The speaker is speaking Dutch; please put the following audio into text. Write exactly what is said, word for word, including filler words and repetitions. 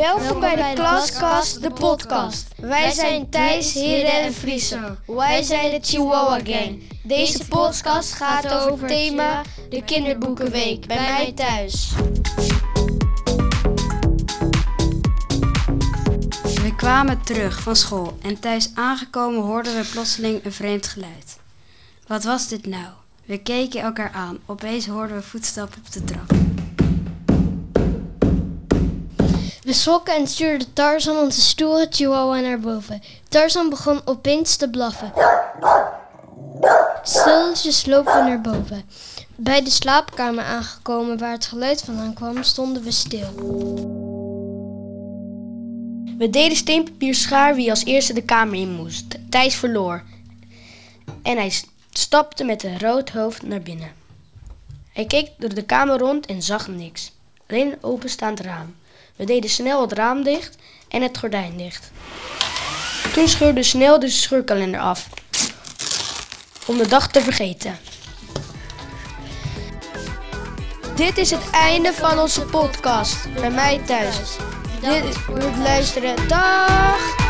Welkom bij de Klaskast, de podcast. Wij zijn Thijs, Hidde en Friso. Wij zijn de Chihuahua Gang. Deze podcast gaat over het thema de kinderboekenweek bij mij thuis. We kwamen terug van school en thuis aangekomen hoorden we plotseling een vreemd geluid. Wat was dit nou? We keken elkaar aan. Opeens hoorden we voetstappen op de trap. We schrokken en stuurden Tarzan, onze stoere Chihuahua, naar boven. Tarzan begon opeens te blaffen. Stilletjes slopen we naar boven. Bij de slaapkamer aangekomen waar het geluid vandaan kwam, stonden we stil. We deden steen, papier, schaar wie als eerste de kamer in moest. Thijs verloor. En hij stapte met een rood hoofd naar binnen. Hij keek door de kamer rond en zag niks. Alleen een openstaand raam. We deden snel het raam dicht en het gordijn dicht. Toen scheurde we snel de scheurkalender af. Om de dag te vergeten. Dit is het einde van onze podcast bij mij thuis. Dit voor het luisteren. Dag!